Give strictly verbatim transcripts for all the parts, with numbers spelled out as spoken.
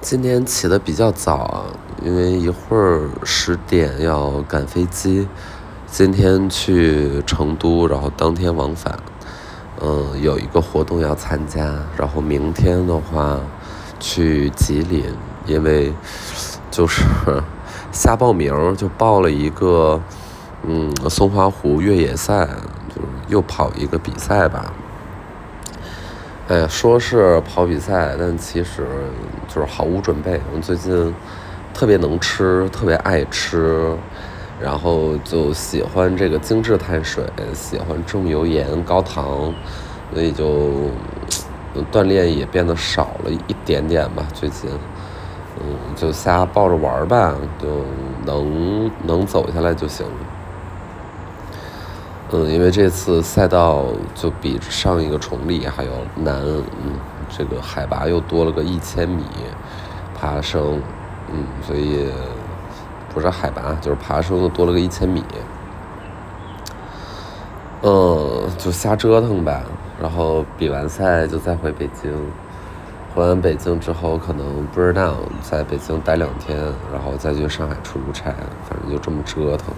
今天起得比较早啊，因为一会儿十点要赶飞机。今天去成都，然后当天往返。嗯，有一个活动要参加，然后明天的话去吉林，因为就是瞎报名，就报了一个嗯松花湖越野赛，就是又跑一个比赛吧。哎呀，说是跑比赛，但其实就是毫无准备。我最近特别能吃，特别爱吃，然后就喜欢这个精致碳水，喜欢重油盐高糖，所以就锻炼也变得少了一点点吧。最近，嗯，就瞎抱着玩吧，就能能走下来就行。嗯，因为这次赛道就比上一个崇礼还要难，嗯，这个海拔又多了个一千米爬升，嗯，所以不是海拔，就是爬升又多了个一千米，嗯，就瞎折腾吧。然后比完赛就再回北京，回完北京之后可能不知道在北京待两天，然后再去上海出出差，反正就这么折腾。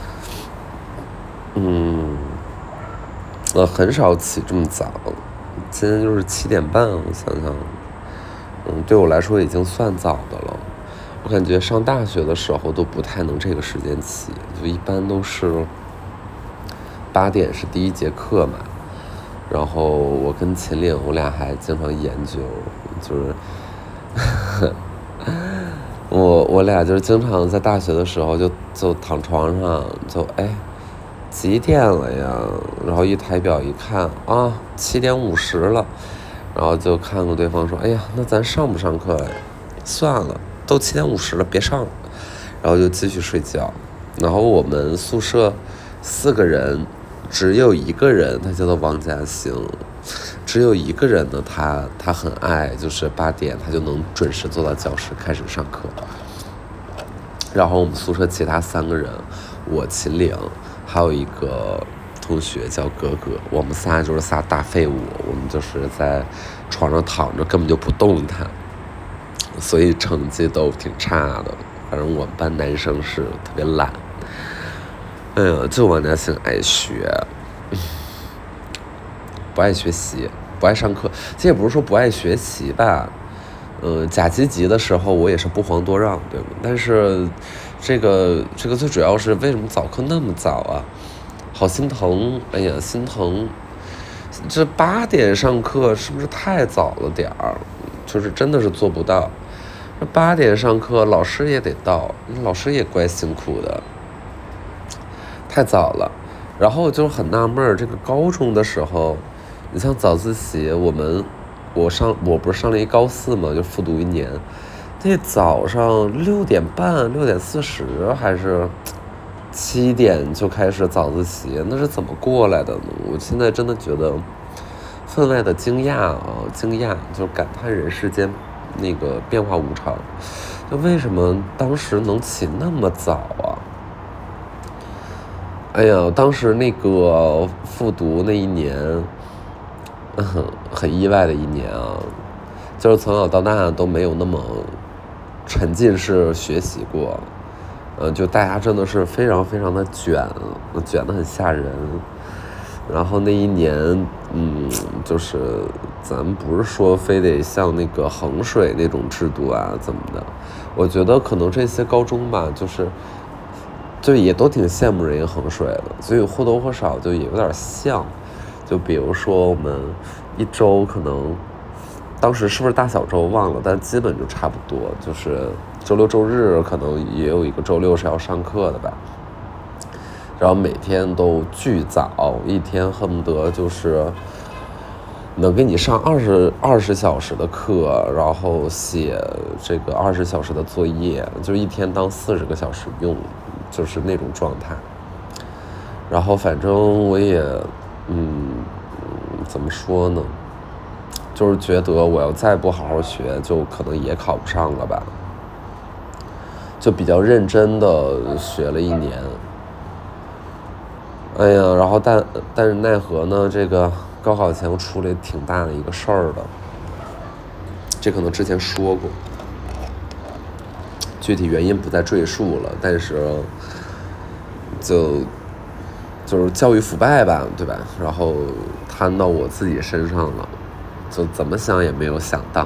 嗯，呃，很少起这么早，今天就是七点半，我想想，嗯，对我来说已经算早的了。我感觉上大学的时候都不太能这个时间起，就一般都是八点是第一节课嘛。然后我跟秦岭，我俩还经常研究，就是我我俩就是经常在大学的时候就就躺床上就哎。几点了呀？然后一抬表一看啊，七点五十了，然后就看过对方说，哎呀，那咱上不上课呀？算了，都七点五十了，别上了。然后就继续睡觉。然后我们宿舍四个人，只有一个人，他叫做王嘉兴，只有一个人呢，他他很爱，就是八点他就能准时坐到教室开始上课。然后我们宿舍其他三个人，我秦岭。还有一个同学叫格格，我们仨就是仨大废物，我们就是在床上躺着，根本就不动弹，所以成绩都挺差的。反正我们班男生是特别懒，哎呀，就王嘉欣爱学，不爱学习，不爱上课。这也不是说不爱学习吧，呃，甲级级的时候我也是不遑多让，对吗？但是这个这个最主要是为什么早课那么早啊？好心疼，哎呀，心疼！这八点上课是不是太早了点儿？就是真的是做不到。这八点上课，老师也得到，老师也怪辛苦的，太早了。然后就很纳闷儿，这个高中的时候，你像早自习，我们我上我不是上了一高四嘛，就复读一年。那早上六点半、六点四十还是七点就开始早自习，那是怎么过来的呢？我现在真的觉得分外的惊讶啊，惊讶，就感叹人世间那个变化无常。就为什么当时能起那么早啊？哎呀，当时那个复读那一年，嗯，很意外的一年啊，就是从小到大都没有那么沉浸式学习过，呃，就大家真的是非常非常的卷，卷得很吓人。然后那一年，嗯，就是咱们不是说非得像那个衡水那种制度啊怎么的，我觉得可能这些高中吧，就是就也都挺羡慕人家衡水的，所以或多或少就也有点像。就比如说我们一周可能。当时是不是大小周忘了，但基本就差不多，就是周六周日可能也有一个周六是要上课的吧，然后每天都巨早，一天恨不得就是能给你上二十二十小时的课，然后写这个二十小时的作业，就一天当四十个小时用，就是那种状态。然后反正我也，嗯，怎么说呢？就是觉得我要再不好好学，就可能也考不上了吧。就比较认真的学了一年，哎呀，然后但但是奈何呢，这个高考前我出了挺大的一个事儿的，这可能之前说过。 具体原因不再赘述了，但是就就是教育腐败吧，对吧？然后摊到我自己身上了，就怎么想也没有想到。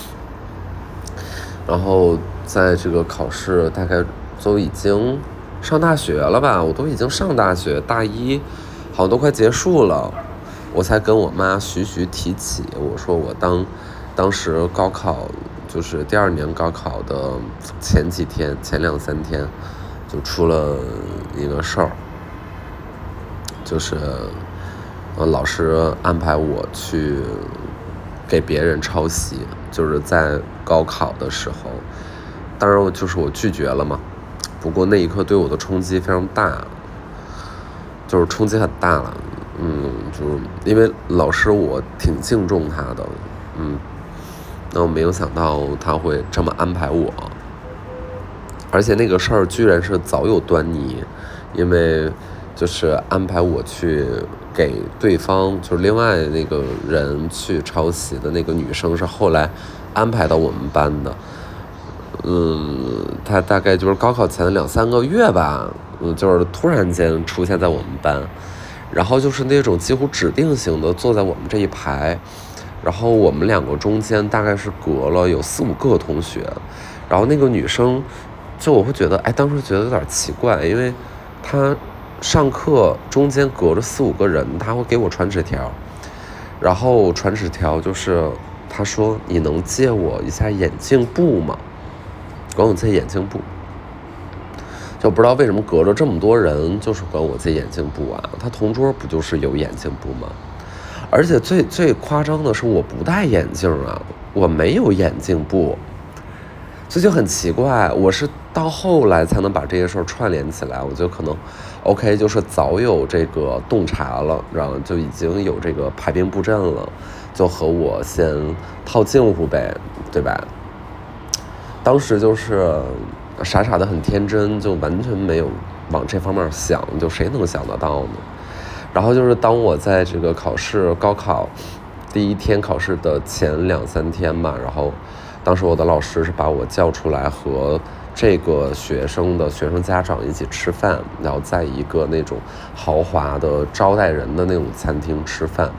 然后在这个考试大概都已经上大学了吧，我都已经上大学大一，好像都快结束了，我才跟我妈徐徐提起，我说我当当时高考就是第二年高考的前几天，前两三天就出了一个事儿，就是呃老师安排我去给别人抄袭，就是在高考的时候，当然我就是我拒绝了嘛，不过那一刻对我的冲击非常大，就是冲击很大了，嗯，就是因为老师我挺敬重他的，嗯，那我没有想到他会这么安排我，而且那个事儿居然是早有端倪，因为就是安排我去给对方，就是另外那个人去抄袭的那个女生是后来安排到我们班的，嗯，她大概就是高考前两三个月吧，嗯，就是突然间出现在我们班，然后就是那种几乎指定性的坐在我们这一排，然后我们两个中间大概是隔了有四五个同学，然后那个女生就我会觉得，哎，当时觉得有点奇怪，因为她上课中间隔着四五个人，她会给我传纸条，然后传纸条就是她说你能借我一下眼镜布吗？管我借眼镜布，就不知道为什么隔着这么多人就是管我借眼镜布啊，她同桌不就是有眼镜布吗？而且最最夸张的是我不戴眼镜啊，我没有眼镜布，这就很奇怪，我是到后来才能把这些事儿串联起来，我觉得可能 OK 就是早有这个洞察了，然后就已经有这个排兵布阵了，就和我先套近乎呗，对吧？当时就是傻傻的很天真，就完全没有往这方面想，就谁能想得到呢？然后就是当我在这个考试高考第一天考试的前两三天吧，然后当时我的老师是把我叫出来和这个学生的学生家长一起吃饭，然后在一个那种豪华的招待人的那种餐厅吃饭，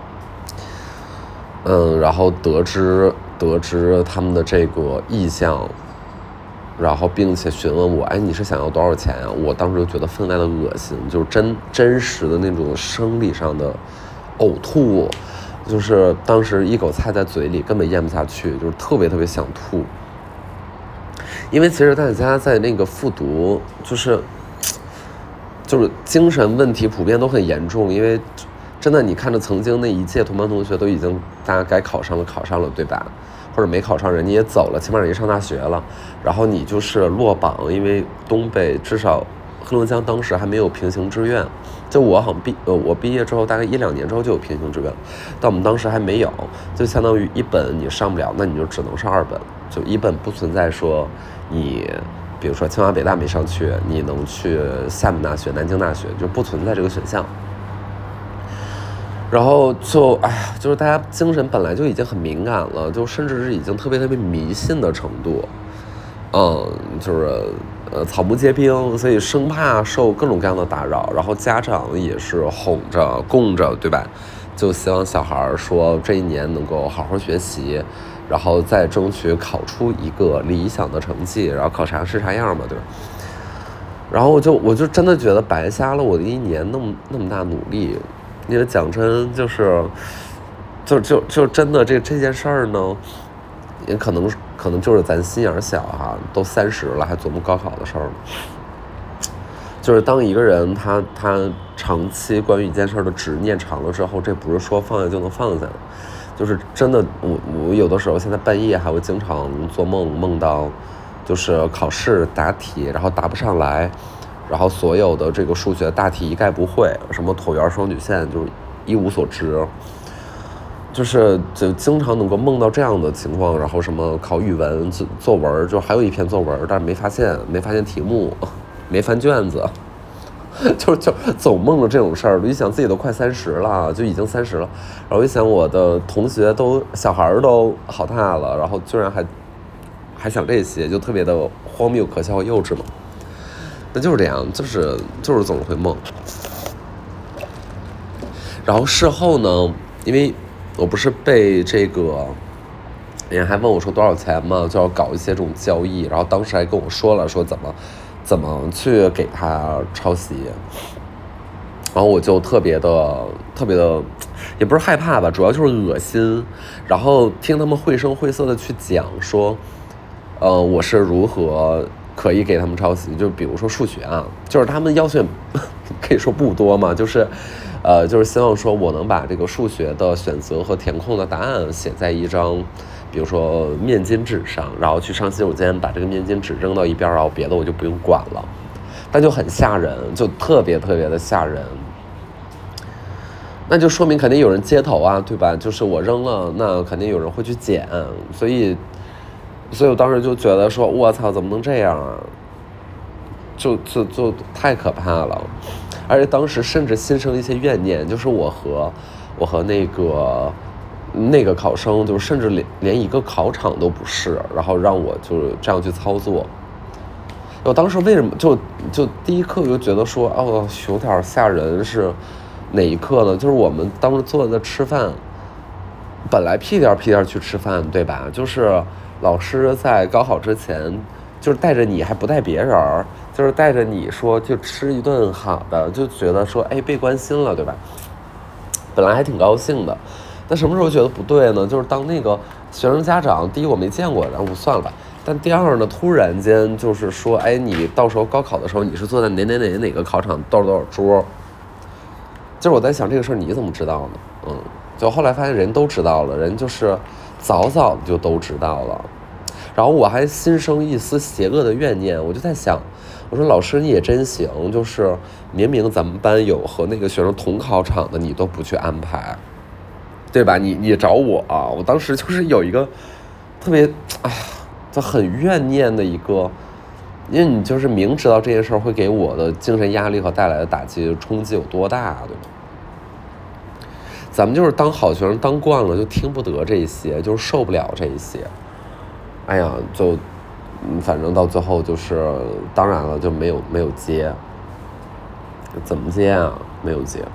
嗯，然后得知得知他们的这个意向，然后并且询问我，哎，你是想要多少钱啊？我当时就觉得分外的恶心，就是真真实的那种生理上的呕吐，就是当时一口菜在嘴里根本咽不下去，就是特别特别想吐。因为其实大家在那个复读，就是就是精神问题普遍都很严重，因为真的你看着曾经那一届同班同学都已经大家该考上了考上了，对吧？或者没考上人家也走了，起码人家上大学了，然后你就是落榜，因为东北至少黑龙江当时还没有平行志愿，就我好像毕呃我毕业之后大概一两年之后就有平行志愿，但我们当时还没有，就相当于一本你上不了，那你就只能上二本，就一本不存在说你比如说清华北大没上去，你能去厦门大学、南京大学，就不存在这个选项。然后就哎呀，就是大家精神本来就已经很敏感了，就甚至是已经特别特别迷信的程度，嗯，就是呃草木皆兵，所以生怕受各种各样的打扰。然后家长也是哄着供着，对吧？就希望小孩说这一年能够好好学习，然后再争取考出一个理想的成绩，然后考啥是啥样嘛，对吧？然后我就我就真的觉得白瞎了我的一年那么那么大努力。因为讲真就是，就就就真的这这件事儿呢，也可能可能就是咱心眼小哈，都三十了还琢磨高考的事儿呢。就是当一个人他他长期关于一件事的执念长了之后，这不是说放下就能放下的，就是真的我我有的时候现在半夜还会经常做梦，梦到就是考试答题然后答不上来。然后所有的这个数学大题一概不会，什么椭圆双曲线就是一无所知，就是就经常能够梦到这样的情况。然后什么考语文作文，就还有一篇作文，但是没发现没发现题目，没翻卷子，就就总梦着这种事儿。我一想自己都快三十了，就已经三十了，然后一想我的同学都小孩都好大了，然后居然还还想这些，就特别的荒谬、可笑、幼稚嘛。那就是这样，就是就是总是会梦。然后事后呢，因为我不是被这个人还问我说多少钱嘛，就要搞一些这种交易，然后当时还跟我说了说怎么怎么去给他抄袭，然后我就特别的特别的，也不是害怕吧，主要就是恶心，然后听他们绘声绘色的去讲说，呃，我是如何可以给他们抄袭，就比如说数学啊，就是他们要求可以说不多嘛，就是，呃，就是希望说我能把这个数学的选择和填空的答案写在一张，比如说面巾纸上，然后去上洗手间把这个面巾纸扔到一边，然后别的我就不用管了，但就很吓人，就特别特别的吓人。那就说明肯定有人接头啊，对吧？就是我扔了，那肯定有人会去捡，所以，所以我当时就觉得说，我操，怎么能这样啊？就就就太可怕了，而且当时甚至心生一些怨念，就是我和我和那个那个考生，就是甚至连连一个考场都不是，然后让我就是这样去操作。我当时为什么就就第一刻就觉得说，哦，有点吓人，是哪一刻呢？就是我们当时坐在吃饭，本来屁颠屁颠去吃饭，对吧？就是老师在高考之前，就是带着你还不带别人，就是带着你说就吃一顿好的，就觉得说哎被关心了，对吧？本来还挺高兴的，但什么时候觉得不对呢？就是当那个学生家长，第一我没见过，然后算了吧。但第二呢，突然间就是说，哎，你到时候高考的时候，你是坐在哪哪哪哪个考场多少多少桌？就是我在想这个事儿，你怎么知道呢？嗯，就后来发现人都知道了，人就是早早就都知道了。然后我还心生一丝邪恶的怨念，我就在想，我说老师你也真行，就是明明咱们班有和那个学生同考场的，你都不去安排，对吧？你你找我啊，我当时就是有一个特别啊。就很怨念的一个，因为你就是明知道这件事儿会给我的精神压力和带来的打击冲击有多大，对吧？咱们就是当好学生当惯了，就听不得这些，就是受不了这些。哎呀，就嗯，反正到最后就是，当然了，就没有没有接，怎么接啊？没有接。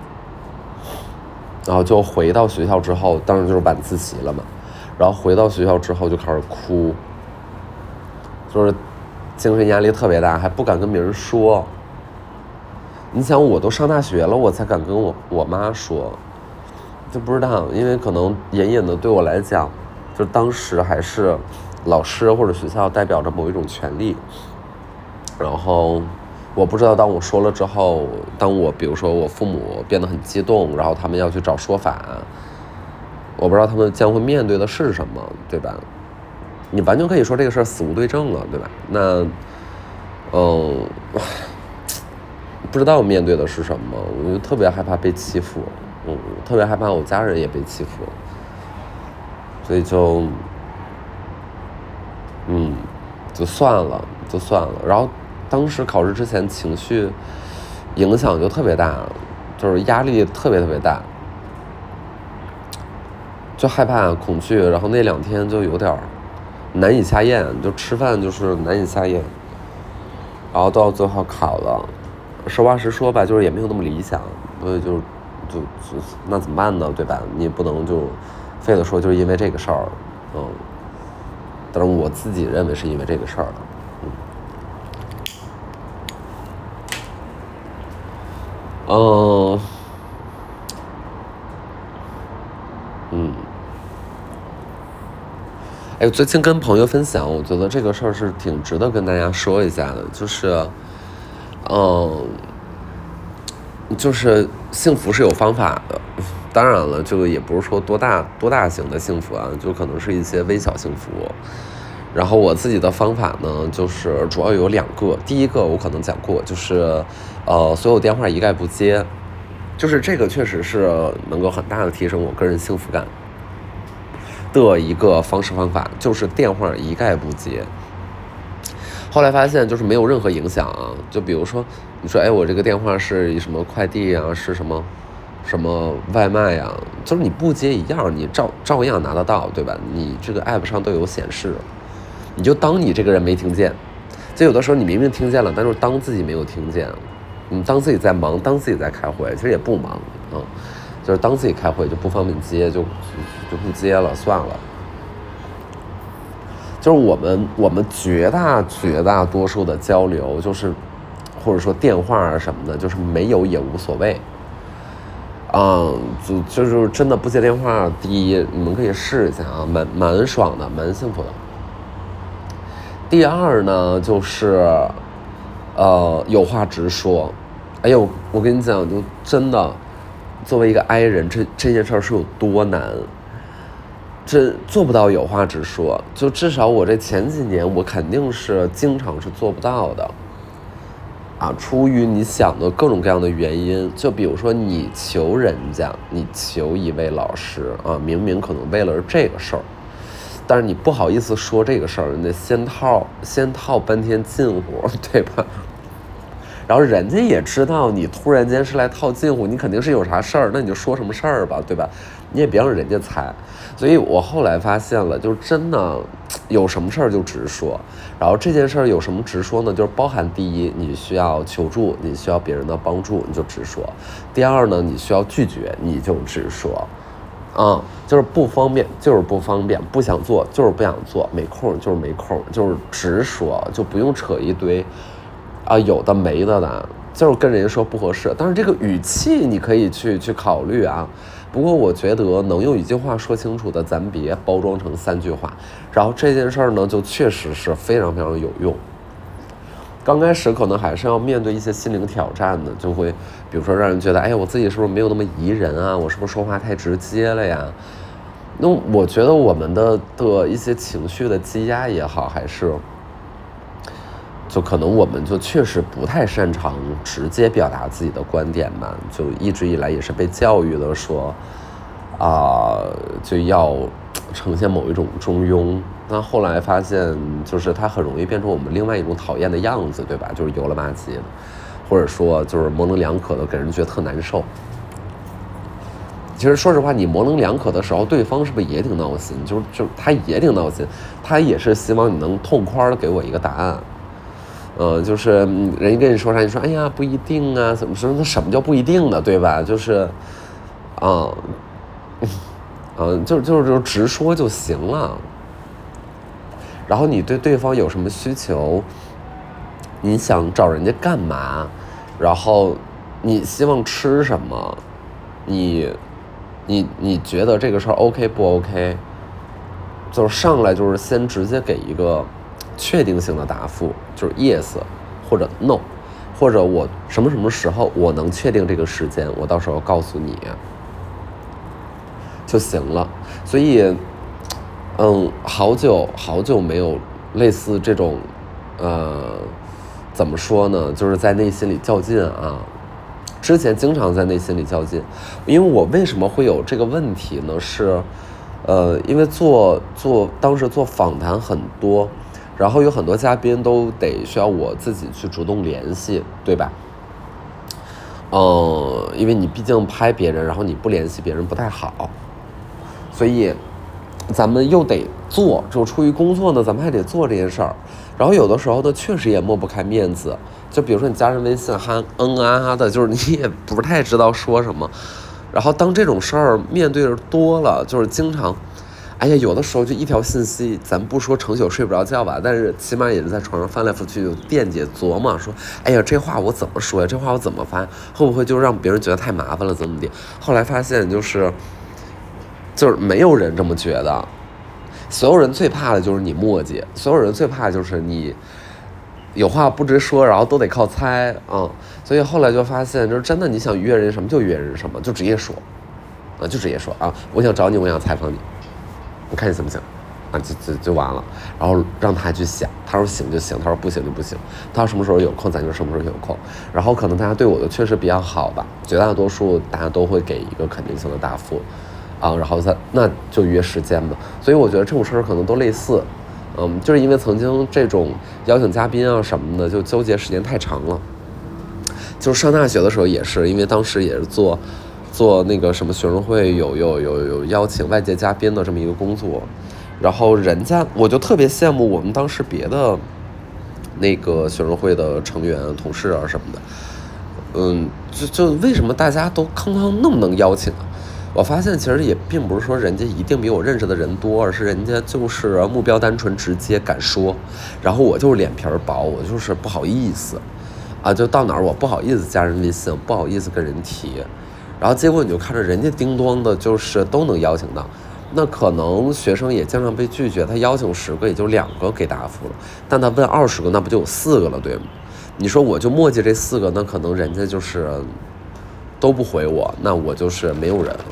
然后就回到学校之后，当然就是晚自习了嘛。然后回到学校之后就开始哭，就是精神压力特别大，还不敢跟别人说。你想我都上大学了，我才敢跟我我妈说，就不知道，因为可能隐隐的对我来讲，就当时还是老师或者学校代表着某一种权利。然后我不知道当我说了之后，当我比如说我父母变得很激动，然后他们要去找说法，我不知道他们将会面对的是什么，对吧？你完全可以说这个事儿死无对证了，对吧？那，嗯，不知道面对的是什么，我就特别害怕被欺负，嗯，特别害怕我家人也被欺负，所以就，嗯，就算了，就算了。然后当时考试之前情绪影响就特别大，就是压力特别特别大。就害怕恐惧，然后那两天就有点难以下咽，就吃饭就是难以下咽，然后到最后考了，实话实说吧，就是也没有那么理想，所以就就就那怎么办呢，对吧？你不能就非得说就是因为这个事儿，嗯，但是我自己认为是因为这个事儿的，嗯，嗯。哎，最近跟朋友分享，我觉得这个事儿是挺值得跟大家说一下的，就是，嗯，就是幸福是有方法的，当然了，这个也不是说多大多大型的幸福啊，就可能是一些微小幸福。然后我自己的方法呢，就是主要有两个，第一个我可能讲过，就是，呃，所有电话一概不接，就是这个确实是能够很大的提升我个人幸福感的一个方式方法，就是电话一概不接。后来发现就是没有任何影响啊，就比如说你说哎我这个电话是什么快递啊，是什么什么外卖啊，就是你不接一样，你照照样拿得到，对吧？你这个 app 上都有显示。 你就当你这个人没听见。就有的时候你明明听见了，但是当自己没有听见，你当自己在忙，当自己在开会，其实也不忙啊，就是当自己开会就不方便接，就就就不接了，算了。就是我们我们绝大绝大多数的交流，就是或者说电话啊什么的，就是没有也无所谓。嗯，就就是真的不接电话，第一你们可以试一下啊，蛮蛮爽的，蛮幸福的。第二呢，就是呃有话直说。哎呦，我跟你讲，就真的作为一个 I 人，这这件事儿是有多难。这做不到有话直说，就至少我这前几年我肯定是经常是做不到的啊，出于你想的各种各样的原因。就比如说你求人家，你求一位老师啊，明明可能为了这个事儿，但是你不好意思说这个事儿，你得先套先套半天近乎，对吧？然后人家也知道你突然间是来套近乎，你肯定是有啥事儿，那你就说什么事儿吧，对吧？你也别让人家猜。所以我后来发现了，就是真的有什么事儿就直说。然后这件事儿有什么直说呢？就是包含第一，你需要求助，你需要别人的帮助，你就直说；第二呢，你需要拒绝，你就直说。啊、嗯，就是不方便，就是不方便；不想做，就是不想做；没空，就是没空，就是直说，就不用扯一堆。啊，有的没的的，就是跟人家说不合适，但是这个语气你可以去去考虑啊。不过我觉得能用一句话说清楚的，咱别包装成三句话。然后这件事儿呢，就确实是非常非常有用。刚开始可能还是要面对一些心灵挑战的，就会比如说让人觉得，哎呀，我自己是不是没有那么宜人啊？我是不是说话太直接了呀？那我觉得我们的的一些情绪的积压也好，还是。就可能我们就确实不太擅长直接表达自己的观点嘛，就一直以来也是被教育的说，啊、呃，就要呈现某一种中庸。那后来发现，就是它很容易变成我们另外一种讨厌的样子，对吧？就是油了吧唧的，或者说就是模棱两可的，给人觉得特难受。其实说实话，你模棱两可的时候，对方是不是也挺闹心？就是就他也挺闹心，他也是希望你能痛快的给我一个答案。呃，就是人家跟你说啥，你说哎呀不一定啊，怎么说？那什么叫不一定的，对吧？就是，啊、嗯，嗯，就就就直说就行了。然后你对对方有什么需求，你想找人家干嘛，然后你希望吃什么，你你你觉得这个事儿 OK 不 OK？就是上来就是先直接给一个确定性的答复，就是 yes 或者 no， 或者我什么什么时候我能确定这个时间，我到时候告诉你就行了。所以嗯，好久好久没有类似这种呃怎么说呢，就是在内心里较劲啊。之前经常在内心里较劲，因为我为什么会有这个问题呢？是呃因为做做当时做访谈很多，然后有很多嘉宾都得需要我自己去主动联系，对吧？嗯，因为你毕竟拍别人，然后你不联系别人不太好，所以咱们又得做，就出于工作呢，咱们还得做这件事儿。然后有的时候呢，确实也抹不开面子，就比如说你加人微信还嗯啊啊的，就是你也不太知道说什么。然后当这种事儿面对着多了，就是经常。哎呀，有的时候就一条信息，咱不说成宿睡不着觉吧，但是起码也是在床上翻来覆去惦记琢磨，说，哎呀，这话我怎么说呀？这话我怎么翻？会不会就让别人觉得太麻烦了？怎么地？后来发现就是，就是没有人这么觉得，所有人最怕的就是你磨叽，所有人最怕的就是你有话不直说，然后都得靠猜啊、嗯。所以后来就发现，就是真的你想约人什么就约人什么，就直接说，啊，就直接说啊，我想找你，我想采访你。我看你行不行啊，就就就完了。然后让他去想，他说行就行，他说不行就不行，他说什么时候有空咱就什么时候有空。然后可能大家对我的确实比较好吧，绝大多数大家都会给一个肯定性的答复啊，然后再那就约时间嘛。所以我觉得这种事儿可能都类似，嗯，就是因为曾经这种邀请嘉宾啊什么的，就纠结时间太长了。就是上大学的时候也是，因为当时也是做。做那个什么学生会有有有有邀请外界嘉宾的这么一个工作， 然后人家我就特别羡慕我们当时别的那个学生会的成员、同事啊什么的，嗯，就就为什么大家都康康那么能邀请啊？我发现其实也并不是说人家一定比我认识的人多，而是人家就是目标单纯、直接敢说，然后我就是脸皮薄，我就是不好意思啊，就到哪儿我不好意思加人微信，不好意思跟人提，然后结果你就看着人家叮咚的，就是都能邀请到。那可能学生也经常被拒绝，他邀请十个也就两个给答复了，但他问二十个，那不就有四个了，对吗？你说我就墨迹这四个，那可能人家就是都不回我，那我就是没有人。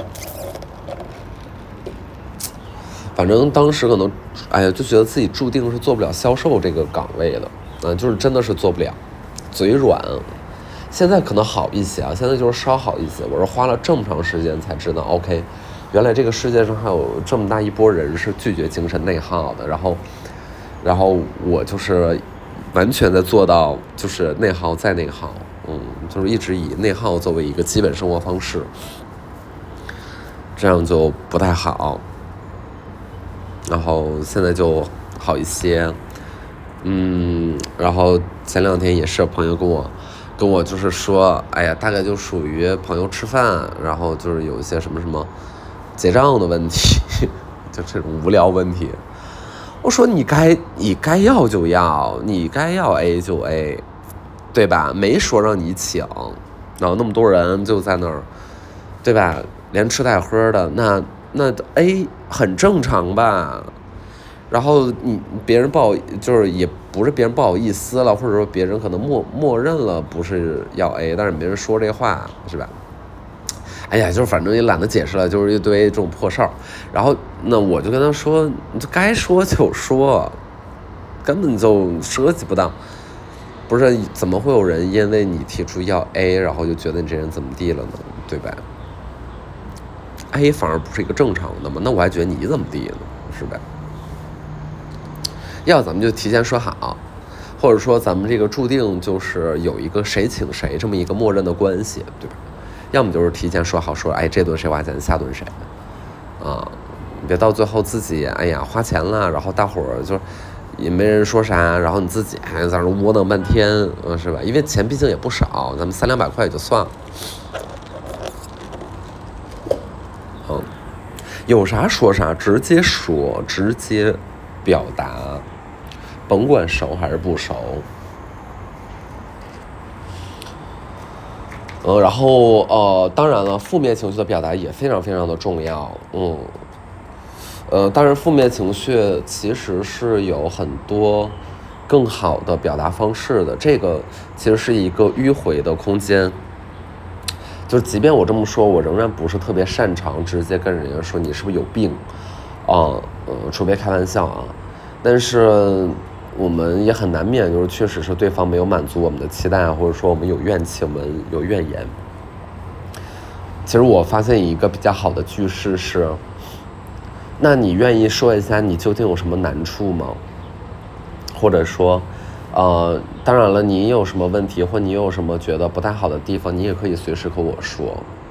反正当时可能，哎呀，就觉得自己注定是做不了销售这个岗位的，嗯，就是真的是做不了，嘴软。现在可能好一些啊，现在就是稍好一些。我是花了这么长时间才知道 ，OK。原来这个世界上还有这么大一波人是拒绝精神内耗的，然后，然后我就是完全在做到就是内耗再内耗，嗯，就是一直以内耗作为一个基本生活方式，这样就不太好。然后现在就好一些，嗯，然后前两天也是朋友跟我跟我就是说，哎呀，大概就属于朋友吃饭，然后就是有一些什么什么。结账的问题，就这种无聊问题，我说你该你该要就要，你该要 A 就 A， 对吧？没说让你请，然后那么多人就在那儿，对吧？连吃带喝的，那那 A 很正常吧？然后你别人不好，就是也不是别人不好意思了，或者说别人可能默默认了不是要 A， 但是没人说这话，是吧？哎呀，就是反正也懒得解释了，就是一堆这种破事儿。然后那我就跟他说，你就该说就说，根本就设计不当。不是怎么会有人因为你提出要 A， 然后就觉得你这人怎么地了呢？对吧 ？A 反而不是一个正常的嘛，那我还觉得你怎么地呢？是吧？要咱们就提前说好，或者说咱们这个注定就是有一个谁请谁这么一个默认的关系，对吧？要么就是提前说好说，哎，这顿谁花钱，下顿谁，啊，别到最后自己哎呀花钱了，然后大伙儿就也没人说啥，然后你自己还在那窝囊半天，嗯，是吧？因为钱毕竟也不少，咱们三两百块也就算了，嗯，有啥说啥，直接说，直接表达，甭管熟还是不熟。呃，然后呃，当然了，负面情绪的表达也非常非常的重要，嗯，呃，当然负面情绪其实是有很多更好的表达方式的，这个其实是一个迂回的空间。就是即便我这么说，我仍然不是特别擅长直接跟人家说你是不是有病，啊、呃，除非开玩笑啊，但是。我们也很难免，就是确实是对方没有满足我们的期待，或者说我们有怨气，我们有怨言。其实我发现一个比较好的句式是：那你愿意说一下你究竟有什么难处吗？或者说，呃，当然了，你有什么问题，或你有什么觉得不太好的地方，你也可以随时和我说。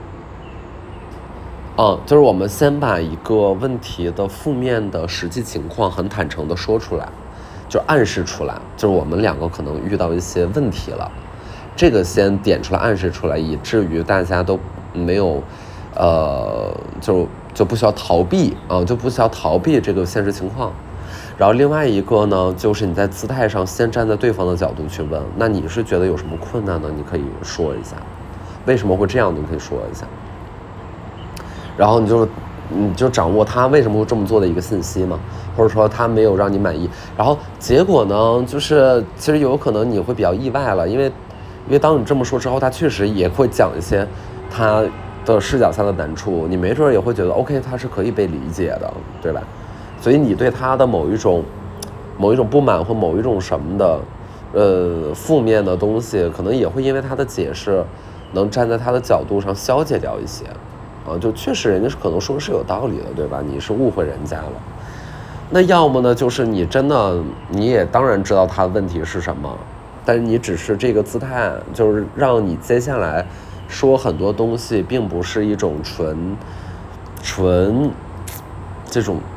嗯，就是我们先把一个问题的负面的实际情况很坦诚的说出来。就暗示出来，就是我们两个可能遇到一些问题了，这个先点出来暗示出来，以至于大家都没有，呃，就就不需要逃避啊、呃，就不需要逃避这个现实情况。然后另外一个呢，就是你在姿态上先站在对方的角度去问，那你是觉得有什么困难呢？你可以说一下，为什么会这样？你可以说一下。然后你就你就掌握他为什么会这么做的一个信息嘛。或者说他没有让你满意，然后结果呢，就是其实有可能你会比较意外了，因为因为当你这么说之后，他确实也会讲一些他的视角下的难处，你没准也会觉得 OK， 他是可以被理解的，对吧？所以你对他的某一种某一种不满或某一种什么的呃负面的东西，可能也会因为他的解释能站在他的角度上消解掉一些啊，就确实人家是可能说是有道理的，对吧？你是误会人家了。那要么呢，就是你真的你也当然知道他的问题是什么，但是你只是这个姿态，就是让你接下来说很多东西并不是一种纯纯这种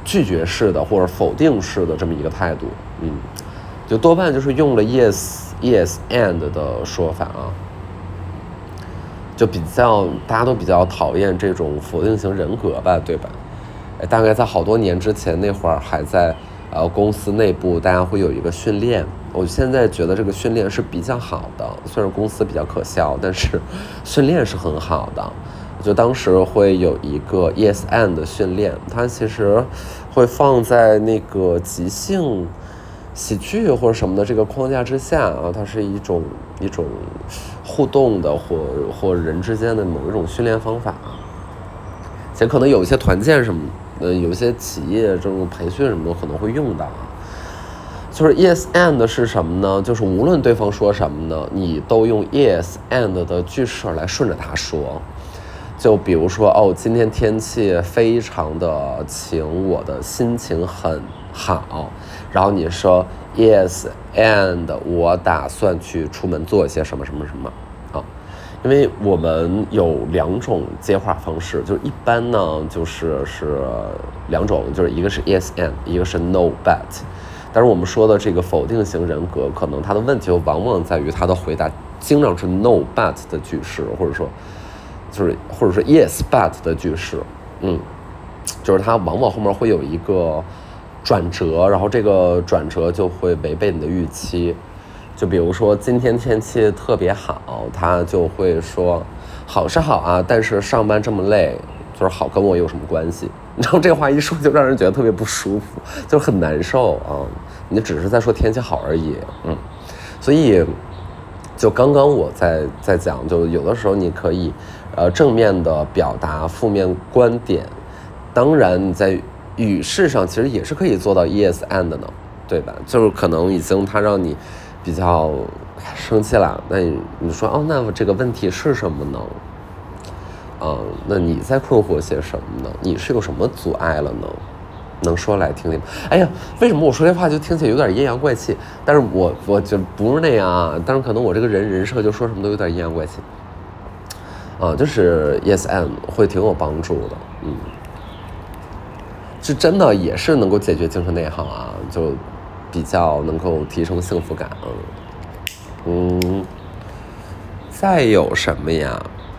拒绝式的或者否定式的这么一个态度，嗯，就多半就是用了 yes yes and 的说法啊，就比较大家都比较讨厌这种否定型人格吧，对吧？哎，大概在好多年之前那会儿还在呃公司内部，大家会有一个训练。我现在觉得这个训练是比较好的，虽然公司比较可笑，但是训练是很好的。就当时会有一个 yes and 的训练，它其实会放在那个即兴喜剧或者什么的这个框架之下啊，它是一种一种互动的或或人之间的某一种训练方法。其实可能有一些团建什么，呃，有一些企业这种培训什么的可能会用到。就是 yes and 是什么呢？就是无论对方说什么呢，你都用 yes and 的句式来顺着他说。就比如说，哦，今天天气非常的晴，我的心情很好。然后你说 yes and 我打算去出门做一些什么什么什么啊。因为我们有两种接话方式，就是一般呢就是是两种，就是一个是 yes and， 一个是 no but。但是我们说的这个否定型人格，可能他的问题往往在于他的回答经常是 no but 的句式，或者说就是或者说 yes but 的句式，嗯，就是他往往后面会有一个转折，然后这个转折就会违背你的预期。就比如说今天天气特别好，他就会说好是好啊，但是上班这么累，就是好跟我有什么关系？然后这个话一说就让人觉得特别不舒服，就很难受啊。你只是在说天气好而已，嗯，所以就刚刚我在在讲，就有的时候你可以呃正面的表达负面观点，当然你在语式上其实也是可以做到 yes and 的，对吧？就是可能已经他让你比较生气了，那你你说哦，那这个问题是什么呢？啊、嗯，那你在困惑些什么呢？你是有什么阻碍了呢？能说来听听？哎呀，为什么我说这话就听起来有点阴阳怪气？但是我我就不是那样啊，但是可能我这个人人设就说什么都有点阴阳怪气。啊，就是 yes and 会挺有帮助的，嗯，是真的也是能够解决精神内耗啊，就比较能够提升幸福感，嗯，再有什么呀？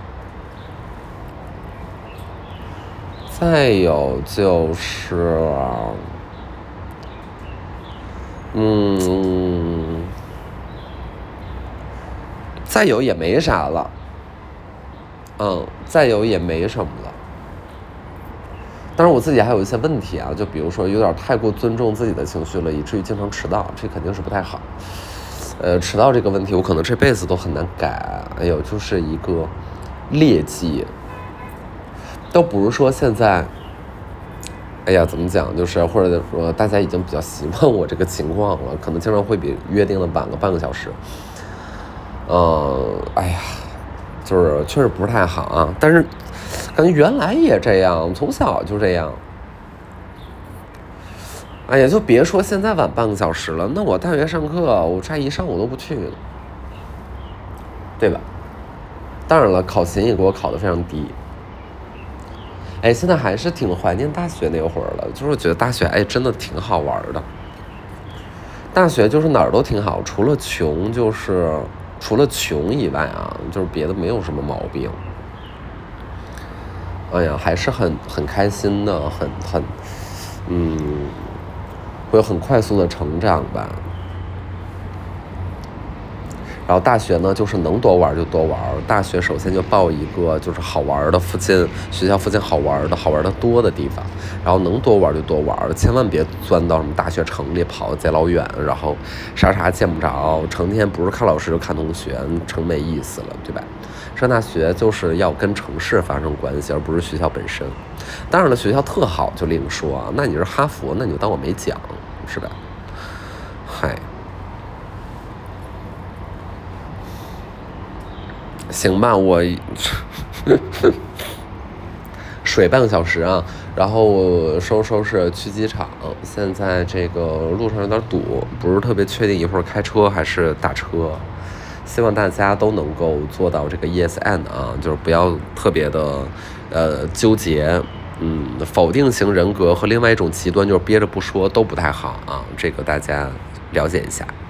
再有就是，嗯，再有也没啥了，嗯，再有也没什么了。当然我自己还有一些问题啊，就比如说有点太过尊重自己的情绪了，以至于经常迟到，这肯定是不太好。呃，迟到这个问题，我可能这辈子都很难改。哎呦，就是一个劣迹。都不是说现在，哎呀，怎么讲？就是或者说大家已经比较习惯我这个情况了，可能经常会比约定的晚个半个小时。嗯，哎呀，就是确实不是太好啊。但是感觉原来也这样，从小就这样。哎呀，就别说现在晚半个小时了，那我大学上课，我差一上午都不去了，对吧？当然了，考勤也给我考得非常低。哎，现在还是挺怀念大学那会儿了，就是觉得大学哎真的挺好玩的。大学就是哪儿都挺好，除了穷，就是除了穷以外啊，就是别的没有什么毛病。哎呀，还是很很开心的，很很，嗯，会有很快速的成长吧。然后大学呢，就是能多玩就多玩。大学首先就报一个就是好玩的附近学校附近好玩的好玩的多的地方，然后能多玩就多玩，千万别钻到什么大学城里跑得贼老远，然后啥啥见不着，成天不是看老师就看同学，成没意思了，对吧？上大学就是要跟城市发生关系，而不是学校本身。当然了，学校特好就另说啊，那你是哈佛，那你就当我没讲，是吧？嗨。行吧，我水半个小时啊，然后我收收拾去机场。现在这个路上有点堵，不是特别确定一会儿开车还是打车。希望大家都能够做到这个 yes and 啊，就是不要特别的呃纠结， 嗯，否定型人格和另外一种极端就是憋着不说都不太好啊，这个大家了解一下。